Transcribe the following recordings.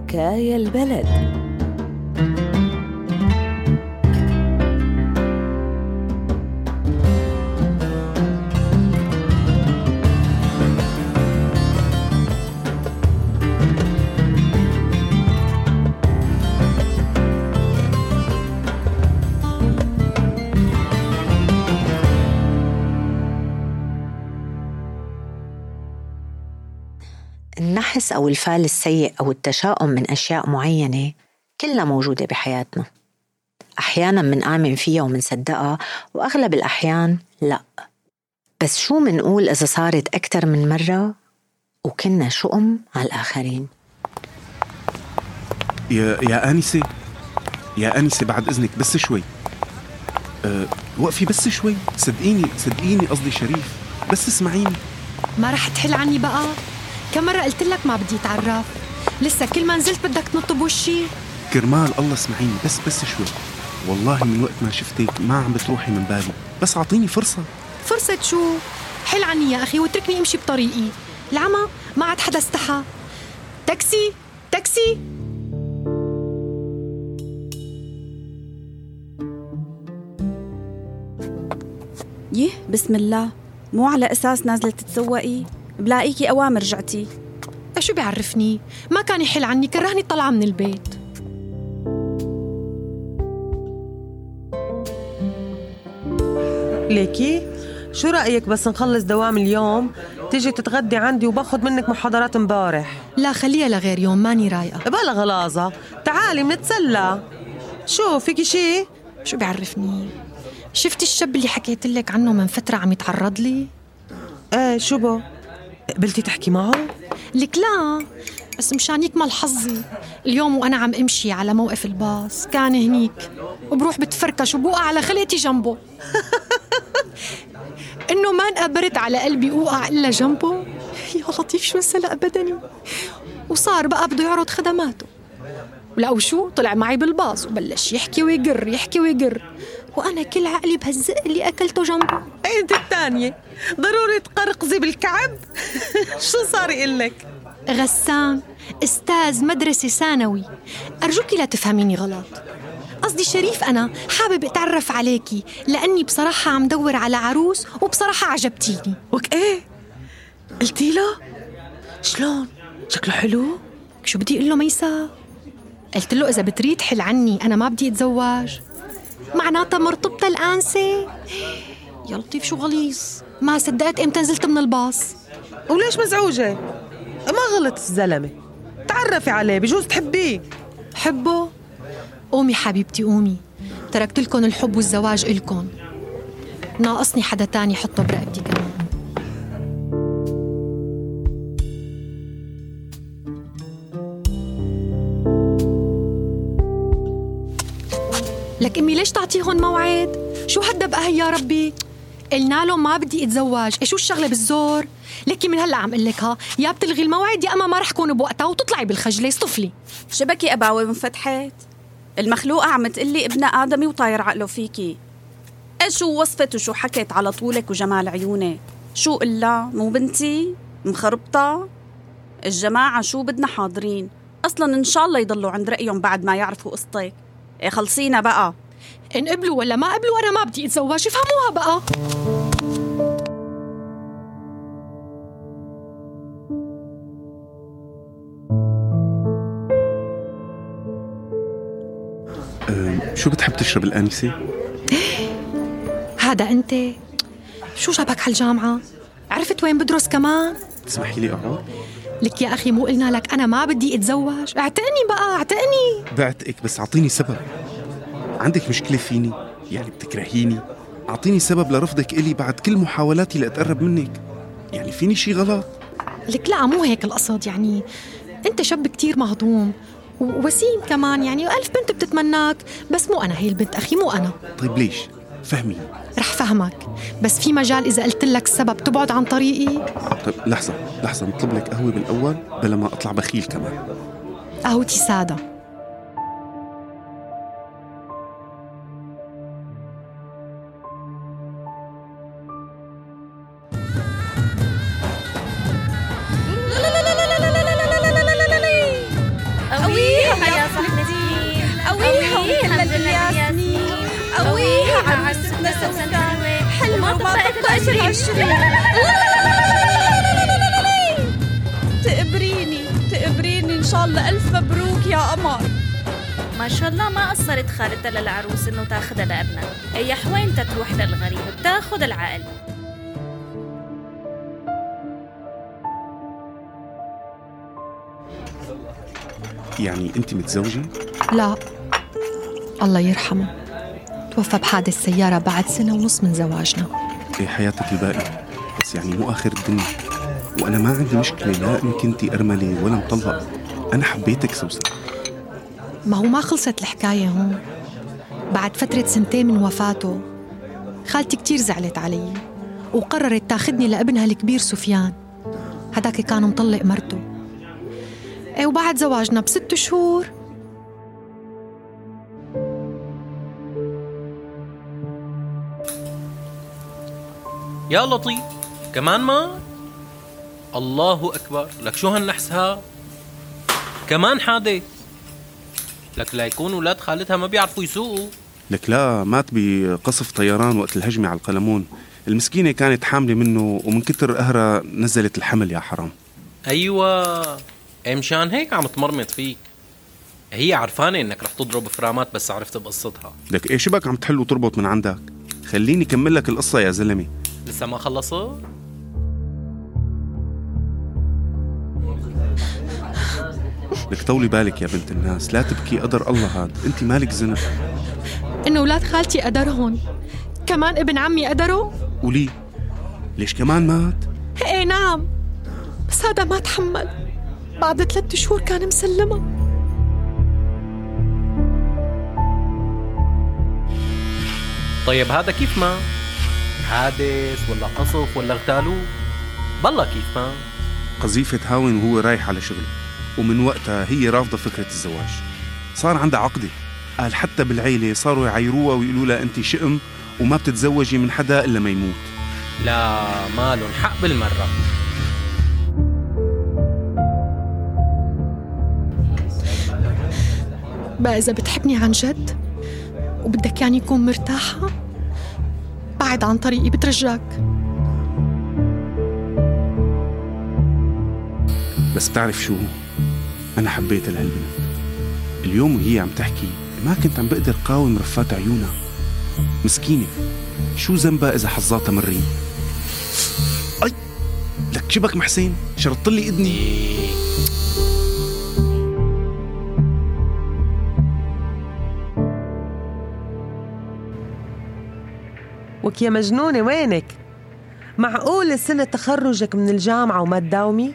حكاية البلد. النحس أو الفال السيء أو التشاؤم من أشياء معينة كلها موجودة بحياتنا. أحياناً منآمن فيها ومنصدقها، وأغلب الأحيان لا. بس شو منقول إذا صارت أكتر من مرة وكنا شؤم على الآخرين؟ يا آنسة بعد إذنك بس شوي. وقفي بس شوي، صدقيني قصدي شريف، بس اسمعيني. ما رح تحل عني بقى؟ كم مرة قلت لك ما بدي أتعرف؟ لسه كل ما نزلت بدك تنط بوشي. كرمال الله اسمعيني بس شوي. والله من وقت ما شفتك ما عم بتروحي من بالي، بس أعطيني فرصة. فرصة شو؟ حل عني يا أخي واتركني أمشي بطريقي. العمى ما عاد حدا استحى. تاكسي. بسم الله، مو على أساس نازلة تتسوقي؟ بلاقيكي أوامر رجعتي. شو بيعرفني؟ ما كان يحل عني، كرهني طلعة من البيت. ليكي شو رأيك بس نخلص دوام اليوم تيجي تتغدي عندي وباخد منك محاضرات امبارح؟ لا خليها لغير يوم، ماني رايقة. بلا غلاظة، تعالي منتسلى. شو فيكي شي؟ شو بيعرفني؟ شفتي الشاب اللي حكيت لك عنه من فترة عم يتعرض لي؟ ايه شو بو؟ قبلتي تحكي معه؟ لك لا، بس مشان يكمل حظي اليوم وأنا عم أمشي على موقف الباص كان هنيك، وبروح بتفركش وبوقع على خلقتي جنبه. إنه ما انقبرت على قلبي أوقع إلا جنبه. يا لطيف شو انسلق بدني، وصار بقى بده يعرض خدماته. ولا وشو طلع معي بالباص وبلش يحكي ويقر، وأنا كل عقلي بهالزق اللي أكلته جنبه. انت الثانية ضروري تقرقزي بالكعب. شو صار يقلك؟ غسان أستاذ مدرسة ثانوي، أرجوكي لا تفهميني غلط. قصدي شريف، أنا حابب أتعرف عليكي لأني بصراحة عم دور على عروس، وبصراحة عجبتيني. ايه قلتي له؟ شلون؟ شكله حلو؟ شو بدي أقول له ميسا؟ قلت له إذا بتريد حل عني، أنا ما بدي أتزوج. معناتها مرتبطة الآنسة؟ يا لطيف شو غليظ. ما صدقت إمتى نزلت من الباص. وليش مزعوجة؟ ما غلط الزلمة، تعرفي عليه بجوز تحبيه. حبه؟ قومي حبيبتي قومي، تركت لكم الحب والزواج إلكم، ناقصني حدا تاني حطه برقبتي كمان. لك أمي ليش تعطيهم موعد؟ شو هالدبقة يا ربي؟ قلنا لهم ما بدي أتزوج. شو الشغلة بالزور؟ لكي من هلأ عم قلك يا بتلغي الموعد يا أما ما رح كون بوقتها وتطلعي بالخجلة. صطفلي شبكي أباوي منفتحت. المخلوقة عم تقلي ابن آدمي وطاير عقله فيكي. شو وصفت وشو حكت على طولك وجمال عيونك؟ شو إلا مو بنتي مخربطة؟ الجماعة شو بدنا حاضرين أصلاً، إن شاء الله يضلوا عند رأيهم بعد ما يعرفوا قصتك. خلصينا بقى، إن قبلوا ولا ما قبلوا أنا ما بدي أتزوج، يفهموها بقى. شو بتحب تشرب الآنسة؟ هذا أنت شو جابك على الجامعة؟ عرفت وين بدرس كمان؟ تسمحي لي أقعد؟ لك يا أخي مو قلنا لك أنا ما بدي أتزوج؟ اعتقني بقى اعتقني. بعتقك بس أعطيني سبب. عندك مشكلة فيني؟ يعني بتكرهيني؟ أعطيني سبب لرفضك إلي بعد كل محاولاتي لأتقرب منك. يعني فيني شي غلط؟ لك لا مو هيك القصد، يعني أنت شاب كتير مهضوم ووسيم كمان، يعني وألف بنت بتتمناك، بس مو أنا هي البنت أخي، مو أنا. طيب ليش؟ فهميني. رح فهمك، بس في مجال إذا قلت لك السبب تبعد عن طريقي. طيب لحظة نطلب لك قهوة بالأول بلا ما أطلع بخيل كمان. قهوتي سادة. قوي عروستنا سوسن حلوة ما تبقى 20. تقبريني إن شاء الله. ألف مبروك يا قمر. ما شاء الله ما قصرت خالتها للعروس إنه تاخدها لابنها. هي حوين تروح للغريب بتاخد العقل. يعني أنت متزوجة؟ لا، الله يرحمه توفى بحادث سيارة بعد 1.5 سنة من زواجنا. إيه حياتك الباقي، بس يعني مو آخر الدنيا. وأنا ما عندي مشكلة لا إن كنتي أرملة ولا مطلقة. أنا حبيتك سوسن. ما هو ما خلصت الحكاية هون. بعد فترة 2 من وفاته خالتي كتير زعلت علي وقررت تاخدني لابنها الكبير سفيان. هداك كان مطلق مرته. وبعد زواجنا ب6 شهور يا لطيف كمان ما الله أكبر. لك شو هالنحسها كمان حادث. لك لا يكون ولاد خالتها ما بيعرفوا يسوقوا. لك لا، مات بقصف طيران وقت الهجمة على القلمون. المسكينة كانت حاملة منه ومن كتر قهرها نزلت الحمل يا حرام. أيوة مشان هيك عم تمرمط فيك. هي عرفانة إنك رح تضرب فرامات بس عرفت بقصتها. لك إيه شبك عم تحل وتربط من عندك؟ خليني كمل لك القصة يا زلمة. لسه ما خلصت؟ لك طولي بالك يا بنت الناس، لا تبكي. قدر الله هاد، انت مالك ذنب. إنه ولاد خالتي قدرهم، كمان ابن عمي قدره. وليه؟ ليش كمان مات؟ ايه نعم، بس هذا ما تحمل. بعد 3 شهور كان مسلمة. طيب هذا كيف ما؟ حادث ولا قصف ولا اغتالوه؟ بالله كيف ما؟ قذيفة هاون وهو رايح على شغله، ومن وقتها هي رافضة فكرة الزواج. صار عندها عقدة، قال حتى بالعيلة صاروا يعيروها ويقولوا لها أنت شئم وما بتتزوجي من حدا إلا ما يموت. لا مالن حق بالمرة. بقى إذا بتحبني عن جد وبدك يعني يكون مرتاحة، بعد عن طريقي بترجاك. بس بتعرف شو؟ أنا حبيت لهالبنت. اليوم وهي عم تحكي ما كنت عم بقدر قاوم رفات عيونها. مسكينة، شو ذنبها إذا حظاتها مرين؟ أي لك شبك محسين، شرطت لي إذني. وك يا مجنونة وينك؟ معقول سنة تخرجك من الجامعة وما تداومي؟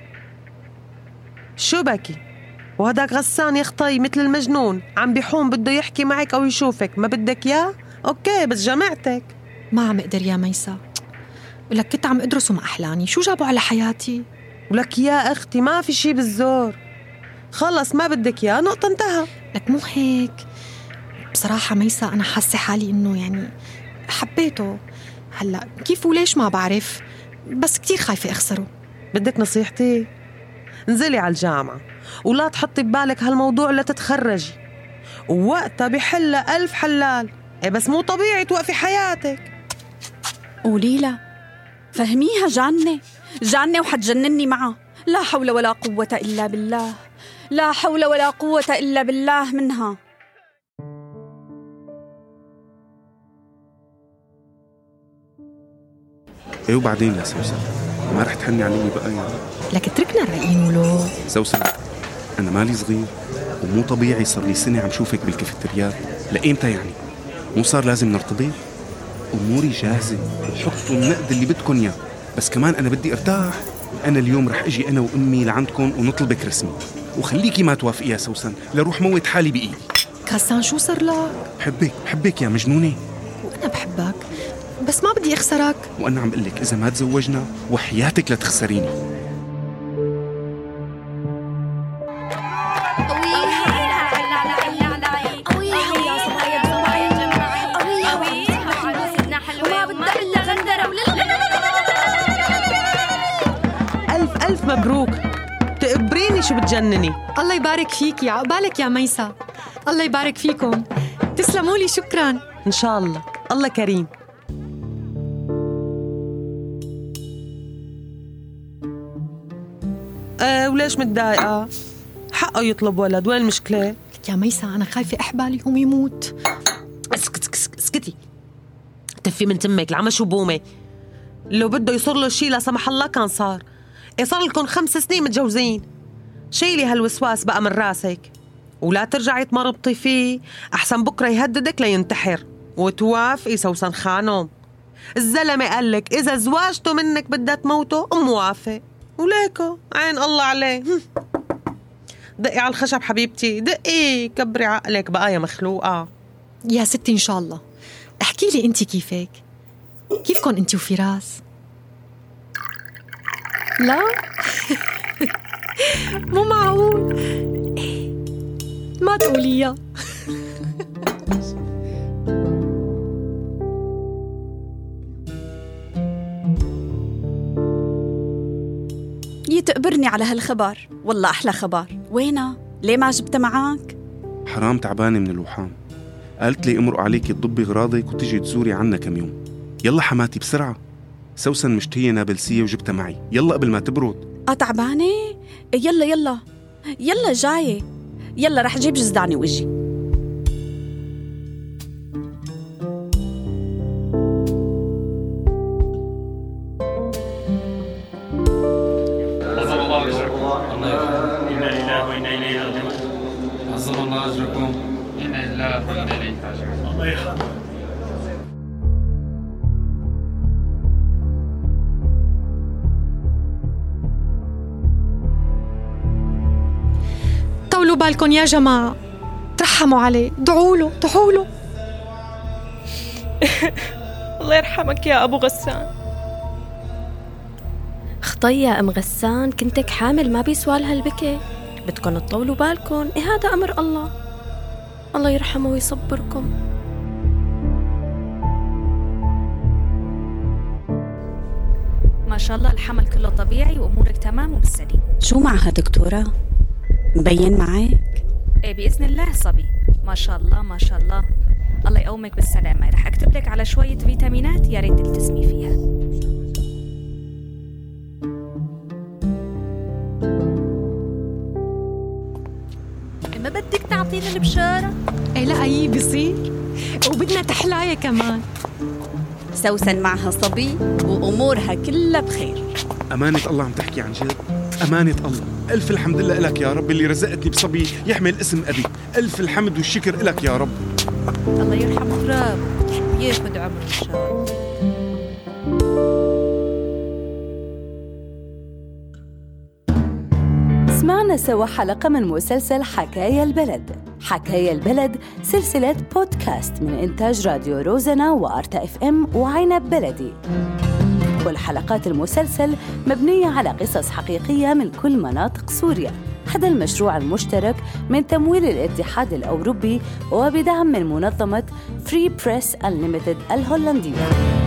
شو بكي؟ وهداك غسان يخطي مثل المجنون عم بيحوم بده يحكي معك أو يشوفك، ما بدك ياه؟ أوكي بس جمعتك. ما عم اقدر يا ميسا، ولك كنت عم ادرس وما أحلاني، شو جابوا على حياتي؟ ولك يا أختي ما في شي بالزور، خلص ما بدك ياه نقطة انتهى. لك مو هيك بصراحة ميسا، أنا حاسة حالي إنه يعني حبيته. هلأ كيف وليش ما بعرف، بس كتير خايفة أخسره. بدك نصيحتي؟ انزلي على الجامعة ولا تحطي ببالك هالموضوع لتتخرجي، ووقتها بحل 1000 حلال. بس مو طبيعي توقفي حياتك. قولي لها فهميها جانة وحتجنني معها. لا حول ولا قوة إلا بالله، لا حول ولا قوة إلا بالله منها. ايه وبعدين يا سوسن؟ ما رح تحني علي بقى يعني؟ لك اتركنا رايقين ولو. سوسن أنا مالي صغير ومو طبيعي صار لي سنة عم شوفك بالكافيتريات. لإمتى يعني؟ مو صار لازم نرتبط؟ أموري جاهزة وحطوا النقد اللي بدكن ياه، بس كمان أنا بدي أرتاح. أنا اليوم رح أجي أنا وأمي لعندكن ونطلبك رسمي، وخليكي ما توافقي يا سوسن لروح موت حالي بإيدي. كاسان شو صار لك؟ بحبك يا مجنونة. وأنا بحبك بس ما بدي أخسرك. وأنا عم قلك إذا ما تزوجنا وحياتك لا تخسريني. ألف مبروك، تقبريني شو بتجنني. الله يبارك فيكي، عقبالك يا ميسا. الله يبارك فيكم، تسلموا لي، شكرا. إن شاء الله. الله كريم. وليش متضايقة؟ حقه يطلب ولد، وين المشكلة؟ يا ميسا أنا خايفة إحبالي يقوم يموت. اسكتي، تفي من تمك العمى شو بومة. لو بده يصير له شي لا سمح الله كان صار. صار لكم 5 سنين متجوزين. شيلي هالوسواس بقى من راسك ولا ترجعي تمربطي فيه، أحسن بكرة يهددك لينتحر وتوافقي سوسن خانم. الزلمة قالك إذا زواجته منك بدها تموته موافق، وليكو عين الله عليه. دقي على الخشب حبيبتي، دقي، كبري عقلك بقى يا مخلوقة. يا ستي إن شاء الله. احكي لي أنت كيفك؟ كيفكن أنت وفراس؟ لا مو معقول، ما تقوليها. يتقبرني على هالخبر، والله أحلى خبر. وينها؟ ليه ما جبتها معك؟ حرام تعبانة من الوحام. قالت لي امرق عليكي تضبي غراضك وتجي تزوري عنا كم يوم. يلا حماتي بسرعة، سوسن مشتهية نابلسية وجبتها معي، يلا قبل ما تبرد. تعبانة؟ يلا جاية. يلا رح جيب جزداني وجي. طولوا بالكم يا جماعة، ترحموا عليه، دعوا له. الله يرحمك يا أبو غسان. خطي يا أم غسان، كنتك حامل ما بيسوالها البكي، بدكن تطولوا بالكم. هذا أمر الله، الله يرحمه ويصبركم. ما شاء الله الحمل كله طبيعي وأمورك تمام وبالسليم. شو معها دكتورة؟ مبين معك؟ ايه بإذن الله صبي، ما شاء الله ما شاء الله. الله يقومك بالسلامة. رح أكتب لك على شوية فيتامينات يا ريت تلتزمي فيها. ما بدك تعطيني البشارة؟ ايه لا أي بيصير، وبدنا تحلاية كمان. سوسن معها صبي وأمورها كلها بخير. أمانة الله عم تحكي عن جد؟ أمانة الله. ألف الحمد لله لك يا رب اللي رزقتني بصبي يحمل اسم أبي. ألف الحمد والشكر لك يا رب. الله يرحم غرابك وياخد عمر إن شاء الله. سمعنا سوا حلقة من مسلسل حكاية البلد. حكاية البلد سلسلة بودكاست من إنتاج راديو روزنا وأرتا FM وعنب بلدي. كل حلقات المسلسل مبنية على قصص حقيقية من كل مناطق سوريا. هذا المشروع المشترك من تمويل الاتحاد الأوروبي وبدعم من منظمة Free Press Unlimited الهولندية.